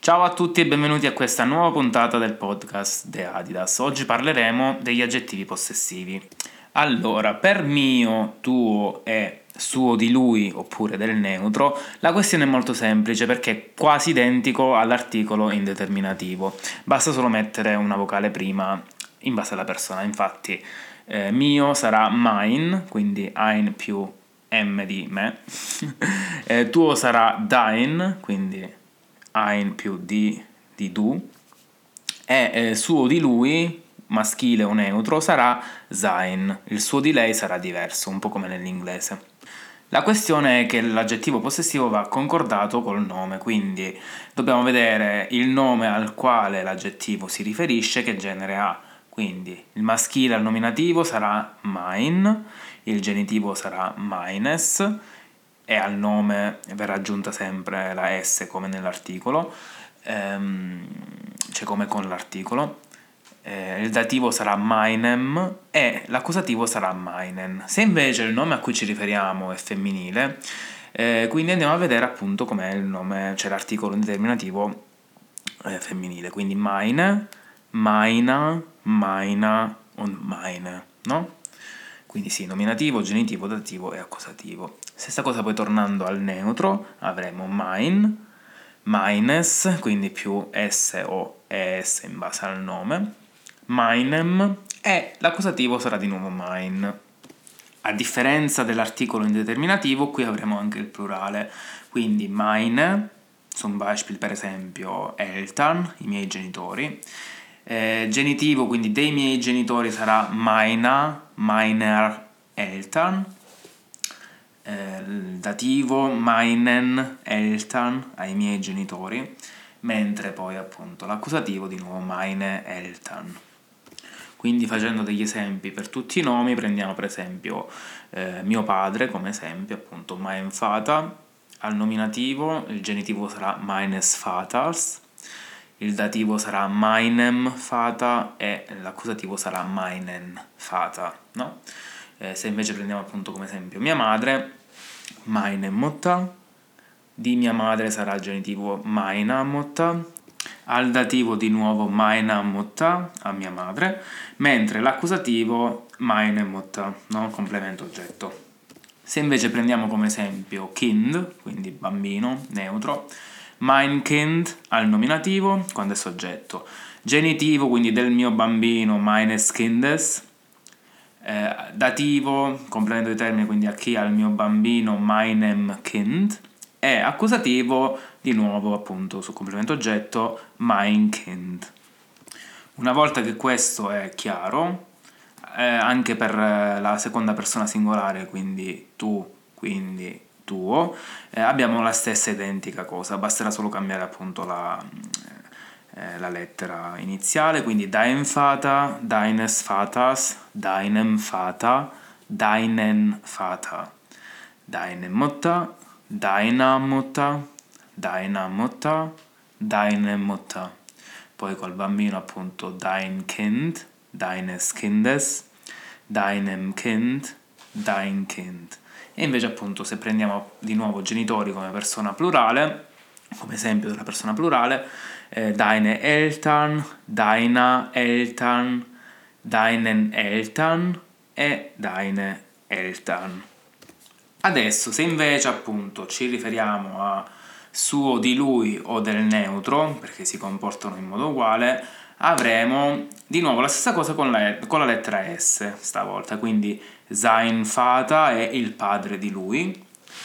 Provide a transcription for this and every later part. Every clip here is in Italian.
Ciao a tutti e benvenuti a questa nuova puntata del podcast The Adidas. Oggi parleremo degli aggettivi possessivi. Allora, per mio, tuo e suo di lui oppure del neutro, la questione è molto semplice perché è quasi identico all'articolo indeterminativo. Basta solo mettere una vocale prima in base alla persona. Infatti, mio sarà mine, quindi ein più m di me. Tuo sarà dein, quindi ein più di du, e suo di lui, maschile o neutro, sarà sein, il suo di lei sarà diverso, un po' come nell'inglese. La questione è che l'aggettivo possessivo va concordato col nome, quindi dobbiamo vedere il nome al quale l'aggettivo si riferisce, che genere ha. Quindi il maschile al nominativo sarà mein, il genitivo sarà meines, e al nome verrà aggiunta sempre la S come nell'articolo, cioè come con l'articolo. Il dativo sarà meinem e l'accusativo sarà meinen. Se invece il nome a cui ci riferiamo è femminile, quindi andiamo a vedere appunto com'è il nome, cioè l'articolo indeterminativo femminile, quindi meine, meina, meina und meine, no? Quindi sì, nominativo, genitivo, dativo e accusativo. Stessa cosa poi tornando al neutro, avremo mein, meines, quindi più S o ES in base al nome, meinem, e l'accusativo sarà di nuovo mein. A differenza dell'articolo indeterminativo, qui avremo anche il plurale, quindi meine, zum Beispiel per esempio Eltern, i miei genitori. Genitivo, quindi dei miei genitori, sarà meiner Eltern. Dativo meinen Eltern, ai miei genitori, mentre poi appunto l'accusativo di nuovo meine Eltern. Quindi facendo degli esempi per tutti i nomi, prendiamo per esempio mio padre come esempio, appunto mein Vater, al nominativo il genitivo sarà meines Vaters, il dativo sarà meinem Vater e l'accusativo sarà meinen Vater, no? Se invece prendiamo appunto come esempio mia madre, meine Mutter, di mia madre sarà il genitivo meine Mutter, al dativo di nuovo meine Mutter, a mia madre, mentre l'accusativo meine Mutter, no? Complemento oggetto. Se invece prendiamo come esempio Kind, quindi bambino, neutro, mein Kind al nominativo, quando è soggetto, genitivo, quindi del mio bambino, meines Kindes, dativo, complemento di termine, quindi a chi, al mio bambino, meinem Kind, e accusativo, di nuovo appunto su complemento oggetto, mein Kind. Una volta che questo è chiaro, anche per la seconda persona singolare, quindi tu, quindi tuo, abbiamo la stessa identica cosa, basterà solo cambiare appunto la lettera iniziale, quindi dein Vater, deines Vaters, deinem Vater, deinen Vater, deine Mutter, deiner Mutter, deiner Mutter, deine Mutter. Poi col bambino appunto dein Kind, deines Kindes, deinem Kind, dein Kind. E invece appunto se prendiamo di nuovo genitori come persona plurale, come esempio della persona plurale, deine Eltern, deiner Eltern, deinen Eltern e deine Eltern. Adesso se invece appunto ci riferiamo a suo di lui o del neutro, perché si comportano in modo uguale, avremo di nuovo la stessa cosa con la lettera S stavolta, quindi sein Vater è il padre di lui,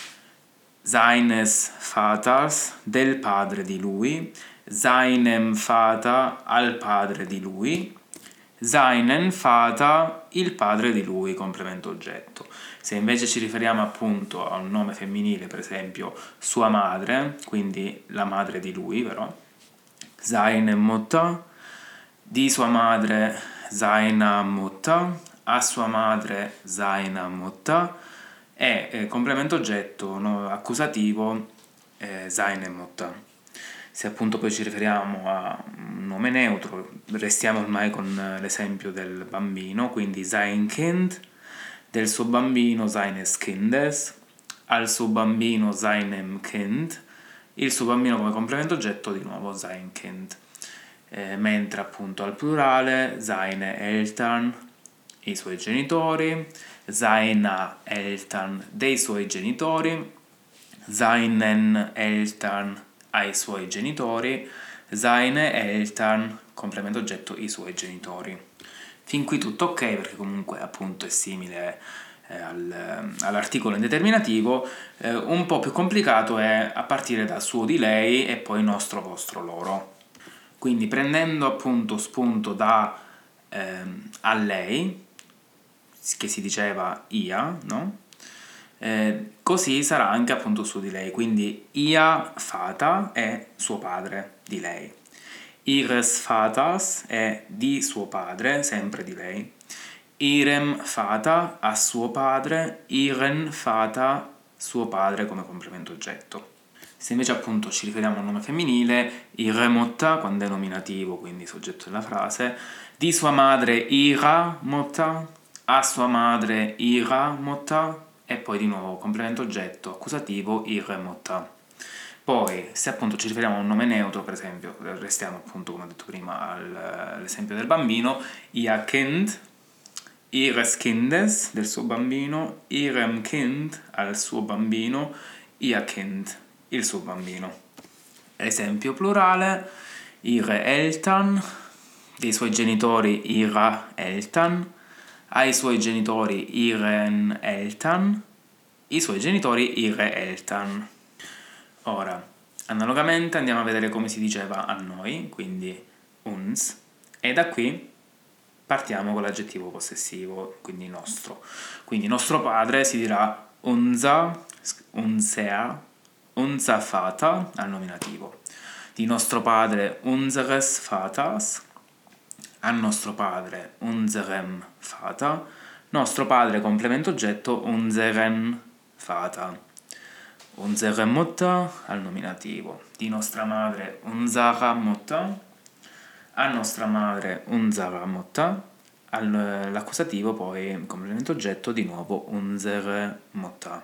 seines Vaters del padre di lui, seinem Vater al padre di lui, seinen Vater il padre di lui, complemento oggetto. Se invece ci riferiamo appunto a un nome femminile, per esempio sua madre, quindi la madre di lui, però, seine Mutter, di sua madre seiner Mutter, a sua madre seiner Mutter, e complemento oggetto no, accusativo seine Mutter. Se appunto poi ci riferiamo a un nome neutro, restiamo ormai con l'esempio del bambino, quindi sein Kind, del suo bambino seines Kindes, al suo bambino seinem Kind, il suo bambino come complemento oggetto di nuovo sein Kind. Mentre appunto al plurale seine Eltern, i suoi genitori, seine Eltern, dei suoi genitori, seinen Eltern, ai suoi genitori, seine Eltern, complemento oggetto i suoi genitori. Fin qui tutto ok, perché comunque appunto è simile all'articolo indeterminativo. Un po' più complicato è a partire da suo di lei e poi nostro, vostro, loro. Quindi prendendo appunto spunto da a lei, che si diceva ia, no? Così sarà anche appunto suo di lei, quindi ia Vater è suo padre di lei, ihres Vaters è di suo padre, sempre di lei, ihrem Vater a suo padre, ihren Vater suo padre come complemento oggetto. Se invece appunto ci riferiamo a un nome femminile, ihre Mutter, quando è nominativo, quindi soggetto della frase, di sua madre ihrer Mutter, a sua madre ihrer Mutter, e poi di nuovo complemento oggetto accusativo ihre Mutter. Poi, se appunto ci riferiamo a un nome neutro, per esempio, restiamo appunto, come ho detto prima, all'esempio del bambino, ihr Kind, ihres Kindes, del suo bambino, ihrem Kind, al suo bambino, ihr Kind, il suo bambino. Esempio plurale, ihre Eltern, dei suoi genitori ihrer Eltern, ai suoi genitori ihren Eltern, i suoi genitori ihre Eltern. Ora, analogamente andiamo a vedere come si diceva a noi, quindi uns, e da qui partiamo con l'aggettivo possessivo, quindi nostro. Quindi nostro padre si dirà unser, unser, unser Vater al nominativo. Di nostro padre unseres Vaters, a nostro padre unserem Vater, nostro padre complemento oggetto unseren Vater. Unsere Mutter al nominativo, di nostra madre unserer Mutter, a nostra madre unserer Mutter, all'accusativo poi complemento oggetto di nuovo unsere Mutter.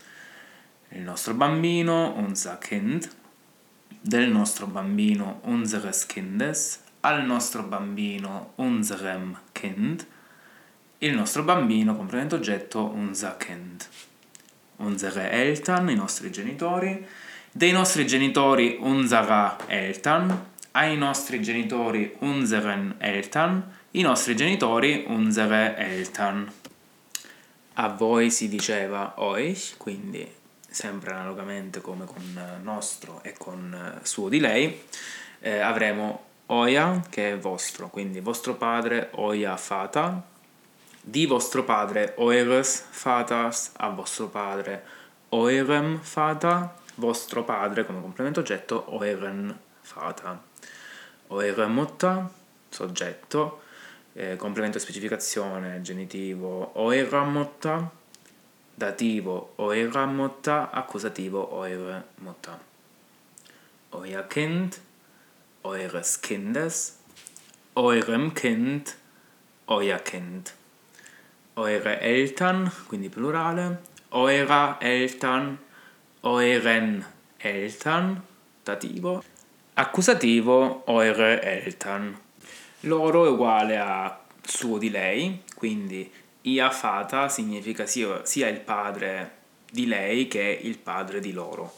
Il nostro bambino unser Kind, del nostro bambino unseres Kindes, al nostro bambino unserem Kind, il nostro bambino complemento oggetto unser Kind. Unsere Eltern, i nostri genitori, dei nostri genitori unserer Eltern, ai nostri genitori unseren Eltern, i nostri genitori unsere Eltern. A voi si diceva euch, quindi sempre analogamente come con nostro e con suo di lei, avremo euer, che è vostro, quindi vostro padre euer Vater, di vostro padre eures Vaters, a vostro padre eurem Vater, vostro padre come complemento oggetto euren Vater. Eure Mutter, soggetto, complemento specificazione, genitivo eurer Mutter, dativo eurer Mutter, accusativo eure Mutter. Euer Kind, eures Kindes, eurem Kind, euer Kind. Eure Eltern, quindi plurale, eurer Eltern, euren Eltern, dativo, accusativo eure Eltern. Loro è uguale a suo di lei, quindi ihr Vater significa sia il padre di lei che il padre di loro.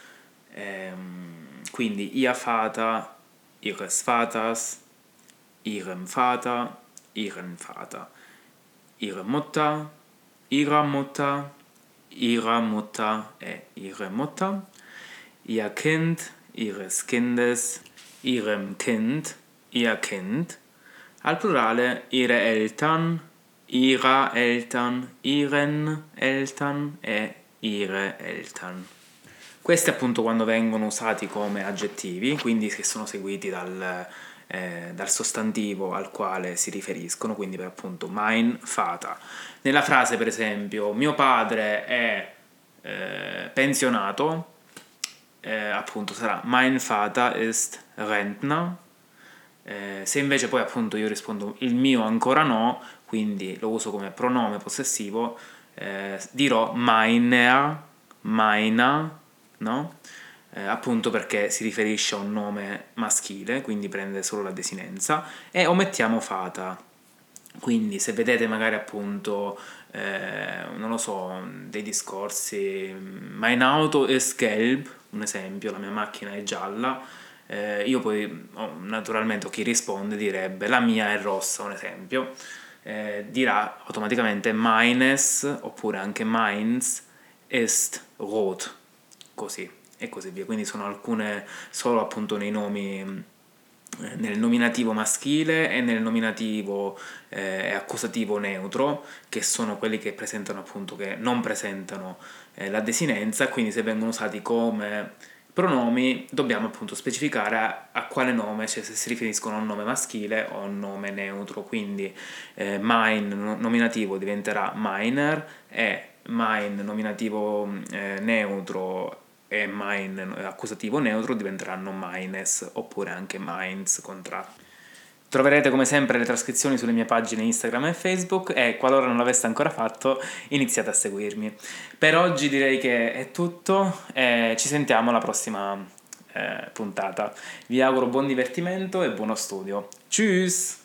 Quindi ihr Vater, ihres Vaters, ihrem Vater, ihren Vater. Ihre Mutter, ihrer Mutter, ihrer Mutter e ihre Mutter, ihr Kind, ihres Kindes, ihrem Kind, ihr Kind, al plurale ihre Eltern, ihrer Eltern, ihren Eltern e ihre Eltern. Questi appunto quando vengono usati come aggettivi, quindi che sono seguiti dal sostantivo al quale si riferiscono, quindi per appunto mein Vater. Nella frase per esempio mio padre è pensionato, appunto sarà mein Vater ist Rentner. Se invece poi appunto io rispondo il mio ancora no, quindi lo uso come pronome possessivo, dirò meiner, meiner, no? appunto perché si riferisce a un nome maschile, quindi prende solo la desinenza, e omettiamo fata. Quindi se vedete magari appunto, non lo so, dei discorsi, mein Auto ist gelb, un esempio, la mia macchina è gialla, io poi naturalmente chi risponde direbbe la mia è rossa, un esempio, dirà automaticamente meines oppure anche meins ist rot, così e così via. Quindi sono alcune solo appunto nei nomi, nel nominativo maschile e nel nominativo accusativo neutro, che sono quelli che presentano appunto, che non presentano la desinenza. Quindi se vengono usati come pronomi dobbiamo appunto specificare a quale nome, cioè se si riferiscono a un nome maschile o a un nome neutro. Quindi mein nominativo diventerà meiner, e mein nominativo neutro e mein accusativo neutro diventeranno meines oppure anche meins contratto. Troverete come sempre le trascrizioni sulle mie pagine Instagram e Facebook, e qualora non l'aveste ancora fatto iniziate a seguirmi. Per oggi direi che è tutto e ci sentiamo alla prossima puntata. Vi auguro buon divertimento e buono studio. Tschüss!